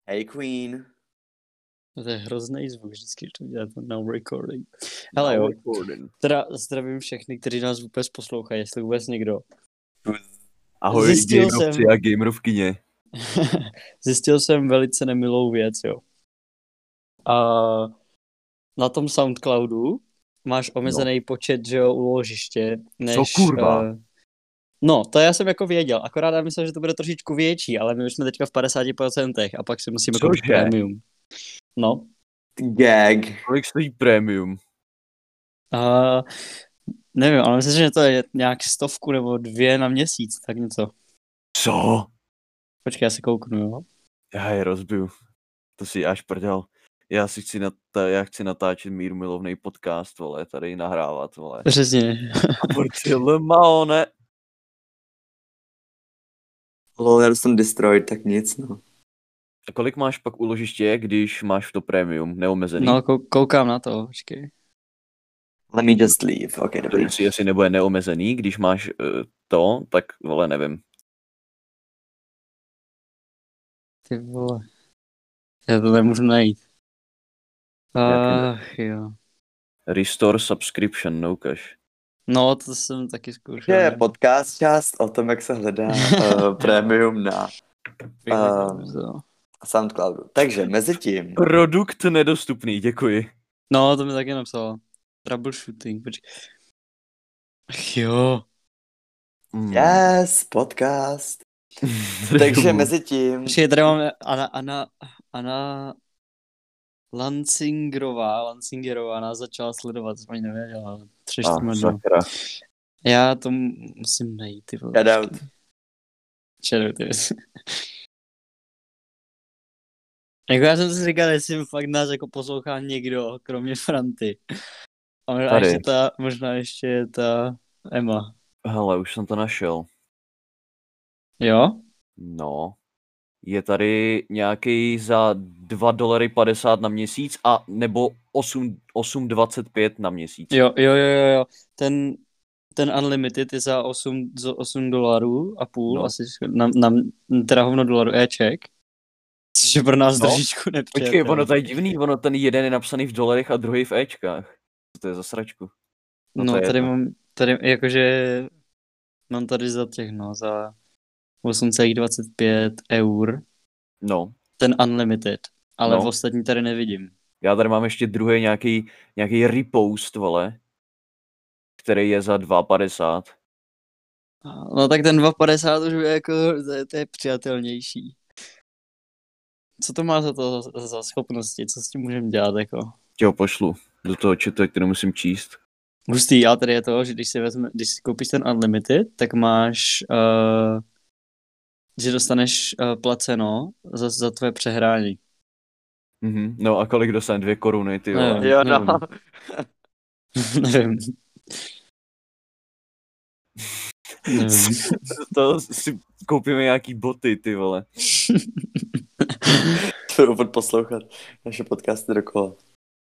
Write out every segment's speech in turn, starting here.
Hey Queen. To je hrozný zvuk, vždycky, když to dělá to now recording. Hele jo, teda zdravím všechny, kteří nás vůbec poslouchají, jestli vůbec někdo. Ahoj, gamerovci a gamerovkyně. Zjistil jsem velice nemilou věc, jo. A na tom Soundcloudu máš omezený počet, že jo, úložiště, než... Co kurva? No, to já jsem jako věděl, akorát já myslel, že to bude trošičku větší, ale my už jsme teďka v 50% a pak si musíme koupit premium. No. Gag. Kolik stojí premium? Nevím, ale myslím, že to je nějak 100 nebo 2 na měsíc, tak něco. Co? Počkej, já si kouknu, jo. Já je rozbiju. To si až prdel. Já chci natáčet míru milovný podcast, vole, tady nahrávat, vole. Přesně. A ne. Lol, já jsem destroyed, tak nic, no. A kolik máš pak úložiště, když máš to premium, neomezený? No, koukám na to, počkej. Let me just leave, ok, dobrý. To asi nebude neomezený, když máš to, tak vole, nevím. Ty vole. Já to nemůžu najít. Ach jo. Restore subscription, no cash. No, to jsem taky zkoušel. Je podcast část o tom, jak se hledá premium na Soundcloudu. Takže mezi tím. Produkt nedostupný, děkuji. No, to mi taky napsalo. Troubleshooting, počkej. Ach jo. Yes, podcast. Takže mezi tím. Počkej, tady máme Anna Lancingerová nás začala sledovat, to jsem ani nevěděla. 3-4 dnů. Já to musím najít, ty vole. Shoutout, ty věci. Jako já jsem si říkal, jestli fakt nás jako poslouchá někdo, kromě Franty. A možná ještě ta Emma. Hele, už jsem to našel. Jo? No. Je tady nějaký za $2.50 na měsíc a nebo 8.25 na měsíc. Jo. Ten Unlimited je za $8.50 asi, teda hovno dolarů e-check. Což je pro nás trošičku nepřijatelné. Počkej, ono to je divný, ten jeden je napsaný v dolarech a druhý v e-čkách. Co to je za sračku? No tady jakože mám tady za za 8,25 eur. No. Ten Unlimited, ale v ostatní tady nevidím. Já tady mám ještě druhý nějaký repost, vole, který je za 2,50. No tak ten 2,50 už je jako, to je přijatelnější. Co to má za schopnosti? Co s tím můžeme dělat, jako? Tě ho pošlu do toho chatu, který musím číst. Hustý, ale tady je to, že když si koupíš ten Unlimited, tak máš, že dostaneš placeno za tvoje přehrání. Mm-hmm. No a kolik dostane? 2 koruny, ty vole? Jo, no. Nevím. To si koupíme nějaký boty, ty vole. To budu poslouchat naše podcasty dokola.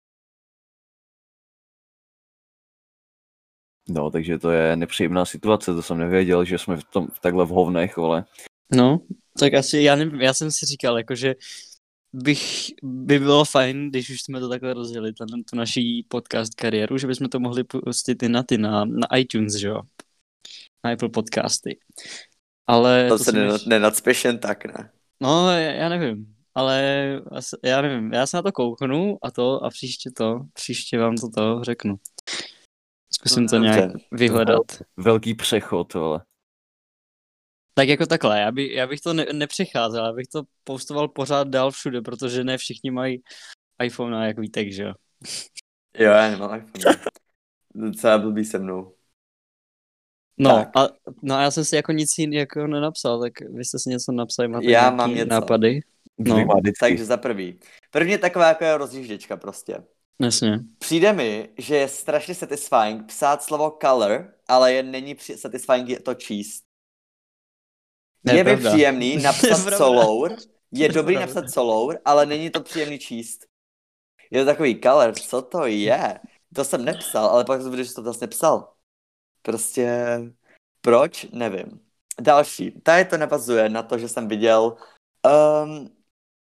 No, takže to je nepříjemná situace, to jsem nevěděl, že jsme takhle v hovnech, vole. No, tak asi, já nevím, já jsem si říkal, jakože by bylo fajn, když už jsme to takhle rozdělili, tu naší podcast kariéru, že bychom to mohli pustit i na iTunes, že jo? Na Apple podcasty. Ale to se nenacpěš jen tak, ne? No, já nevím, ale já nevím, já se na to kouknu a příště vám to řeknu. Zkusím to nějak vyhledat. Velký přechod, vole. Tak jako takhle, já bych to nepřecházel, já bych to postoval pořád dál všude, protože ne všichni mají iPhone, jak víte, že jo? Jo, já nemám iPhone. Docela blbý se mnou. No a já jsem si jako nic jiného nenapsal, tak vy jste si něco napsali, máte já mám něco. Nápady? No, takže za první taková jako rozjížděčka prostě. Jasně. Přijde mi, že je strašně satisfying psát slovo color, ale není satisfying je to číst. Je mi příjemný napsat solour, je dobrý napsat solour, ale není to příjemný číst. Je to takový color, co to je? To jsem nepsal, ale pak jsem viděl, že to vlastně psal. Prostě, proč? Nevím. Další. Tady to navazuje na to, že jsem viděl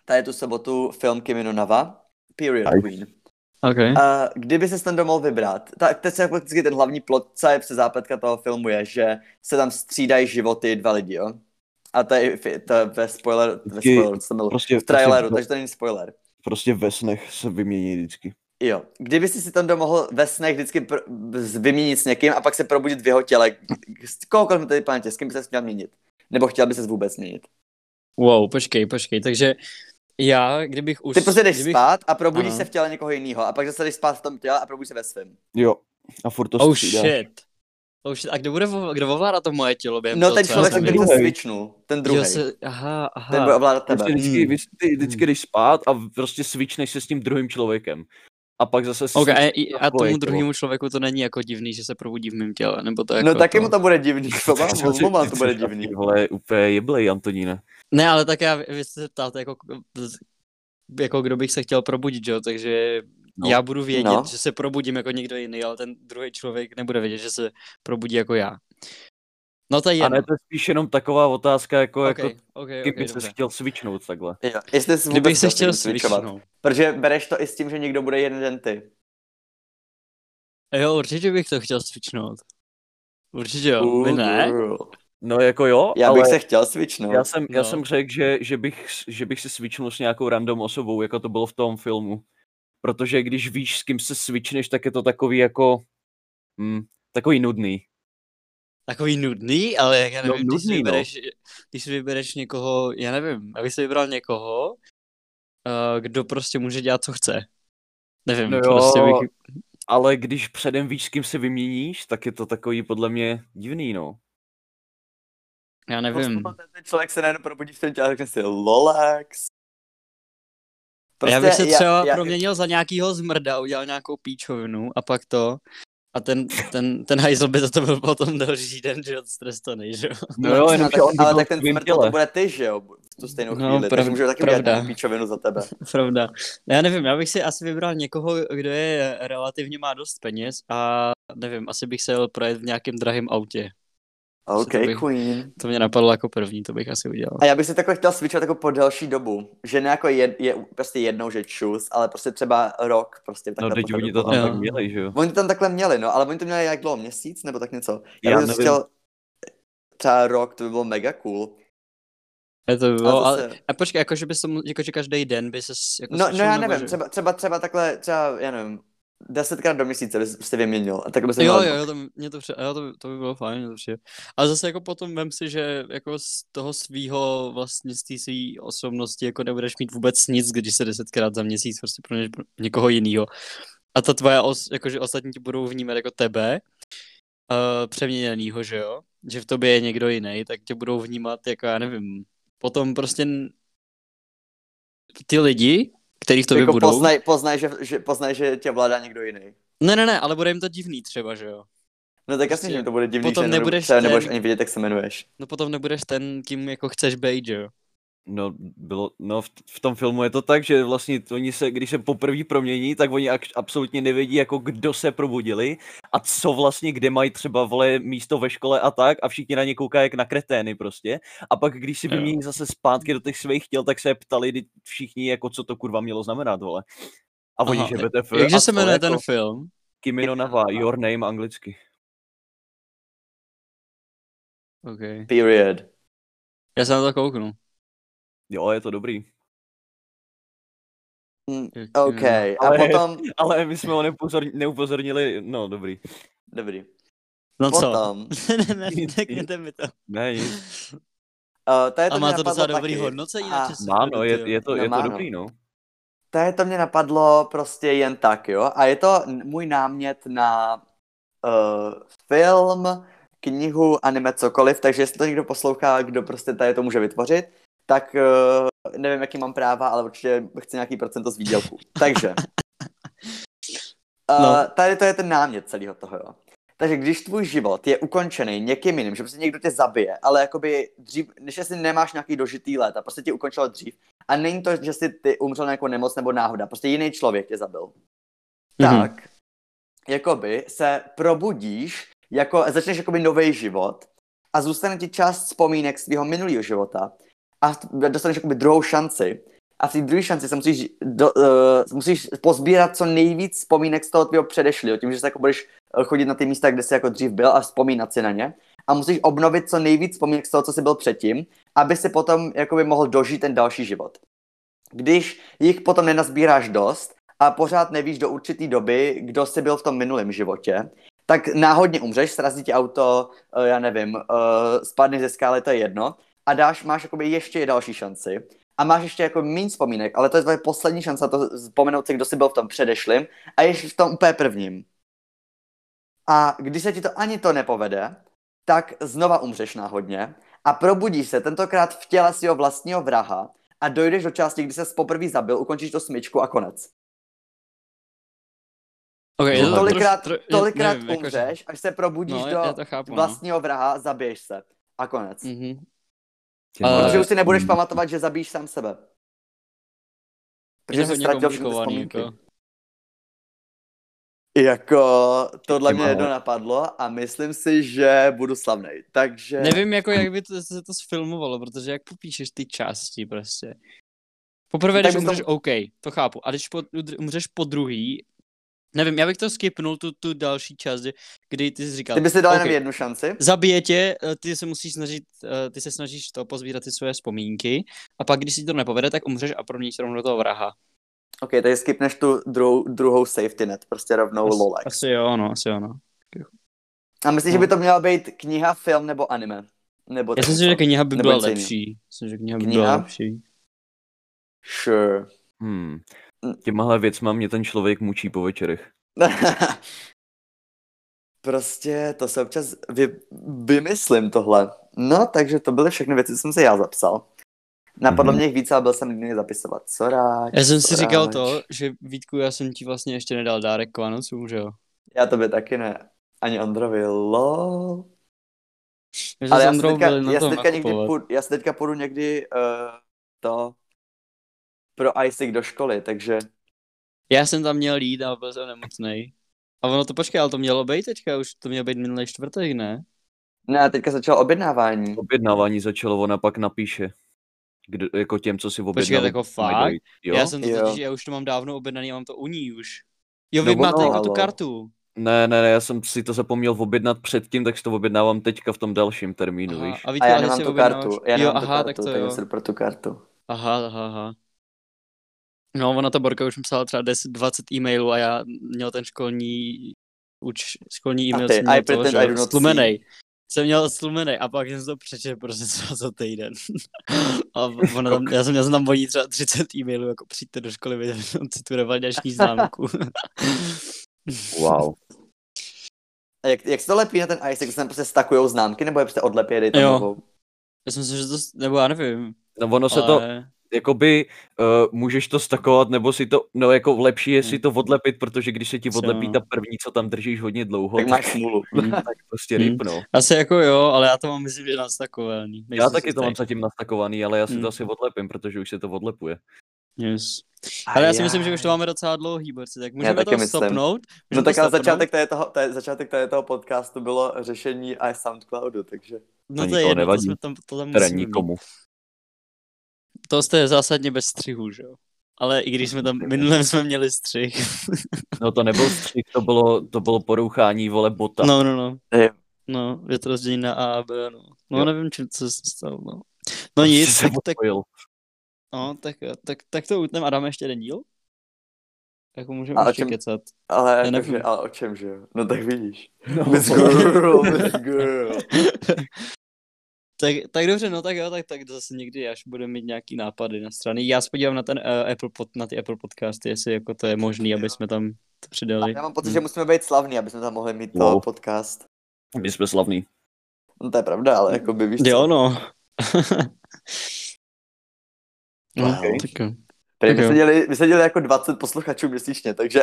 tady tu sobotu film Kimi no Nawa, Period Queen. Okay. Kdyby se ten mohl vybrat, tak teď se prakticky ten hlavní plot, celé zápletka toho filmu je, že se tam střídají životy dva lidi, jo? A to je ve spoileru, prostě, v traileru, takže to není spoiler. Prostě ve snech se vymění vždycky. Jo, kdyby si ten mohl ve snech vždycky vyměnit s někým a pak se probudit v jeho těle, kohokoliv na té planetě, s kým by se chtěl měnit? Nebo chtěl by se vůbec měnit? Wow, počkej, takže já, kdybych už... Ty prostě jdeš spát a probudíš se v těle někoho jiného a pak zase jdeš spát v tom těle a probudíš se ve svém. Jo, a furt to střídá. Oh shit, a kdo ovládá to moje tělo během toho, ten člověk, který se switchnul, ten druhý. Aha. Ten bude ovládat tebe. Prostě vždycky jdeš spát a prostě switchneš se s tím druhým člověkem. A pak zase... A tomu druhému člověku to není jako divný, že se probudí v mém těle, nebo to jako... No taky mu to bude divný, moment to bude divný. Vole, úplně jeblej, Antoníne. Ne, ale tak vy jste se ptáte, jako kdo bych se chtěl probudit, jo, takže já budu vědět, že se probudím jako někdo jiný, ale ten druhý člověk nebude vědět, že se probudí jako já. No to je jedno. A ne, to je spíš jenom taková otázka, jako kdyby se chtěl switchnout takhle. Jo, jestli jsi kdybych se chtěl switchnout. Protože bereš to i s tím, že někdo bude jeden den ty. Jo, určitě bych to chtěl switchnout. Určitě jo, vy ne? No jako jo, já bych se chtěl switchnout. Já jsem řekl, že bych si switchnul s nějakou random osobou, jako to bylo v tom filmu. Protože když víš, s kým se switchneš, tak je to takový jako... takový nudný. Takový nudný, ale jak já nevím, když si vybereš někoho, já nevím, abych si vybral někoho, kdo prostě může dělat, co chce. Nevím, no prostě bych... Ale když předem víš, s kým se vyměníš, tak je to takový podle mě divný, no. Já nevím. Ten člověk se najednou probudí v tom těle a řekne si Lolax. Prostě já bych se třeba proměnil za nějakýho zmrda, udělal nějakou píčovinu a pak to... A ten hajzl by za to byl potom další den, že odstresaný, že jo? No jo, jenom ale tak ten smrt to bude ty, že jo? V tu stejnou chvíli, takže můžu taky udělat nějakou píčovinu za tebe. Pravda. Já nevím, já bych si asi vybral někoho, kdo je relativně má dost peněz a nevím, asi bych se jel projet v nějakém drahém autě. OK, Queen. To mě napadlo jako první, to bych asi udělal. A já bych si takhle chtěl switchovat jako po delší dobu. Že ne jako je prostě jednou, že choose, ale prostě třeba rok. Prostě takhle. No teď oni to tam tak měli, že jo? Oni to tam takhle měli, no, ale oni to měli jak dlouho, měsíc nebo tak něco. Já bych chtěl třeba rok, to by bylo mega cool. To by bylo, a počkej, jakože bys to, jakože každý den by ses jako no já nevím, třeba takhle, třeba, já nevím, 10krát do měsíce byste vyměnil a tak by se jo, to by bylo fajn, ale zase jako potom vem si, že jako z toho svýho vlastně z té svý osobnosti jako nebudeš mít vůbec nic, když se 10krát za měsíc prostě pro někoho jinýho. A ta tvoje jakože ostatní ti budou vnímat jako tebe přeměněnýho, že jo? Že v tobě je někdo jiný, tak tě budou vnímat jako, já nevím, potom prostě ty lidi, který v tobě jako budou... Poznaj, že tě vládá někdo jiný. Ne, ale bude jim to divný třeba, že jo? No tak jasně, že to bude divný, potom že nebudeš ani vědět, jak se jmenuješ. No potom nebudeš ten, kým jako chceš být, že jo? No, v tom filmu je to tak, že vlastně oni se, když se poprvé promění, tak oni absolutně nevědí, jako kdo se probudili a co vlastně, kde mají třeba místo ve škole a tak a všichni na ně koukají jak na kretény prostě. A pak, když si vymění zase zpátky do těch svých těl, tak se ptali všichni, jako co to kurva mělo znamenat, vole. A oni, že BTF. Jakže se jmenuje ten film? Kimi no Nawa, Your Name anglicky. Okay. Period. Já se na to kouknu. Jo, je to dobrý. OK, a potom... Ale my jsme ho neupozornili, no dobrý. Dobrý. No potom... Řekněte mi to. Ne, nic. A má to docela dobrý hodnocení na Česku. Má, no, je to dobrý, no. To mě napadlo prostě jen tak, jo. A je to můj námět na film, knihu, anime, cokoliv, takže jestli to někdo poslouchá, kdo prostě tady to může vytvořit, tak nevím, jaký mám práva, ale určitě chci nějaký procento z výdělku. Takže, tady to je ten námět celého toho, jo. Takže když tvůj život je ukončený někým jiným, že prostě někdo tě zabije, ale jakoby dřív, než jestli nemáš nějaký dožitý let a prostě tě ukončilo dřív, a není to, že jsi ty umřel na nějakou nemoc nebo náhoda, prostě jiný člověk tě zabil. Tak, jakoby se probudíš, začneš jakoby nový život a zůstane ti část vzpomínek z tvého minulého života a dostaneš jakoby druhou šanci A v té druhé šanci se musíš pozbírat co nejvíc vzpomínek z toho tvého předešlého, tím, že se jako budeš chodit na ty místa, kde jsi jako dřív byl a vzpomínat si na ně. A musíš obnovit co nejvíc vzpomínek z toho, co jsi byl předtím, aby si potom jakoby mohl dožít ten další život. Když jich potom nenazbíráš dost a pořád nevíš do určité doby, kdo jsi byl v tom minulém životě, tak náhodně umřeš, srazí ti auto, já nevím, spadneš ze skály, to je jedno, a máš jakoby ještě další šanci. A máš ještě jako méně vzpomínek, ale to je tvoje poslední šance to vzpomenout si, kdo jsi byl v tom předešlém a ještě v tom úplně prvním. A když se ti to ani to nepovede, tak znova umřeš náhodně a probudíš se tentokrát v těle svého vlastního vraha a dojdeš do části, kdy ses poprvé zabil, ukončíš to smyčku a konec. Okay, tolikrát umřeš, až se probudíš vlastního vraha, zabiješ se a konec. Mm-hmm. Protože už si nebudeš pamatovat, že zabíjíš sám sebe. Protože jsi ztratil všechny vzpomínky. Jako tohle mě jedno napadlo a myslím si, že budu slavnej, takže... Nevím, jako jak by se to sfilmovalo, protože jak popíšeš ty části prostě. Poprvé, když umřeš, OK, to chápu, a když umřeš po druhý, nevím, já bych to skipnul, tu další část, kdy ty jsi říkal... Ty bys si dal jenom jednu šanci? Zabije tě, ty se snažíš to pozbírat ty svoje vzpomínky a pak, když si to nepovede, tak umřeš a proměníš rovnou do toho vraha. OK, takže skipneš tu druhou safety net, prostě rovnou lolax. Asi jo, no. A myslíš, že by to měla být kniha, film nebo anime? Já si myslím, že kniha by byla lepší. Sure. Těmahle věcma mě ten člověk mučí po večerech. Prostě to se občas vymyslím tohle. No, takže to byly všechny věci, co jsem si já zapsal. Napadlo mě jich víc, ale byl jsem nikdy zapisovat. Co ráč. Já jsem si říkal to, že Vítku, já jsem ti vlastně ještě nedal dárek k Vánocům, že jo? Já tobě taky ne. Ani Ondrovi, lol. Ale já si teďka půjdu někdy pro ISIC do školy, takže... Já jsem tam měl jít a byl jsem nemocnej. A ono to počkej, ale to mělo být teďka, už to mělo být minulý čtvrtek, ne? Ne, teďka začalo objednávání. Objednávání začalo, ona pak napíše. Jako těm, co si objednali. Počkej, jako fakt? Já jsem to totiž, já už to mám dávno objednaný a mám to u ní už. Jo, vy máte jako tu kartu. Ne, já jsem si to zapomněl objednat předtím, tak si to objednávám teďka v tom dalším termínu, víš. A já nemám tu kartu, tak jsem pro tu kartu. Aha. No, ona ta Borka už mi psala třeba 10-20 e-mailů a já měl ten školní e-mail, jsem měl toho, že stlumenej. Jsem měl stlumenej a pak jsem to přečetl prostě třeba za týden. A já jsem tam voní třeba 30 e-mailů, jako přijďte do školy, vydat tu revaldační známku. Wow. A jak se to lepí na ten ice, jak se tam prostě stakujou známky, nebo je prostě odlepí a dej tam novou? Já si myslím, že to, nebo já nevím. No ono se to, jakoby můžeš to stakovat, nebo si to, no jako lepší je si to odlepit, protože když se ti odlepí ta první, co tam držíš hodně dlouho, tak máš smůlu. Tak prostě ryb, no. Asi jako jo, ale já to mám myslím, že nastakovaný. Já taky to mám zatím nastakovaný, ale já si to asi odlepím, protože už se to odlepuje. Yes. Ale já si myslím, že už to máme docela dlouhý, borci, tak můžeme to stopnout. No tak ale začátek toho podcastu bylo řešení SoundCloudu, takže... No to je jedno, to tam musíme nikomu. To jste zásadně bez střihu, že jo? Ale i když jsme tam minulém jsme měli střih. No to nebyl střih, to bylo porouchání, vole, bota. No. No, je to rozdělení na A a B, no. No nevím, co se stalo, no. No nic, tak... No, tak to utneme a dáme ještě jeden díl? Jako můžeme ještě kecat. Ale o čem, že jo? No tak vidíš. No, Miss Girl. Tak dobře, no tak jo, tak zase někdy, až budeme mít nějaký nápady na strany. Já se podívám na ten na ty Apple podcasty, jestli jako to je možný, aby jsme tam to přidali. Já mám pocit, že musíme být slavní, aby jsme tam mohli mít to podcast. My jsme slavní. No to je pravda, ale jako by víš co. Jo, no. Okay. My jsme dělali jako 20 posluchačů měsíčně, takže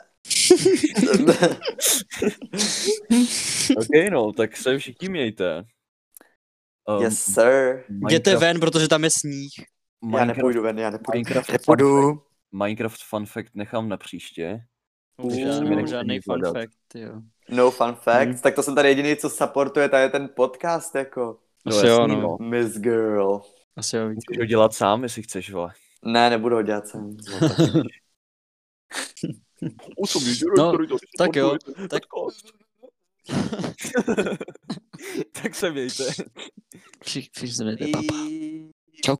OK, no, tak se všichni mějte. Yes, sir. Jděte ven, protože tam je sníh. Já nepůjdu ven. Minecraft fun fact nechám na příště. Žádný fun fact, jo. No fun facts, tak to jsem tady jediný, co supportuje tady ten podcast, jako. Asi jo, no. Miss Girl. Asi jo, můžeš ho dělat sám, jestli chceš, vole. Ne, nebudu ho dělat sám. No, tak jo, tak... Tak se mějte. Všichni se mějte, papa.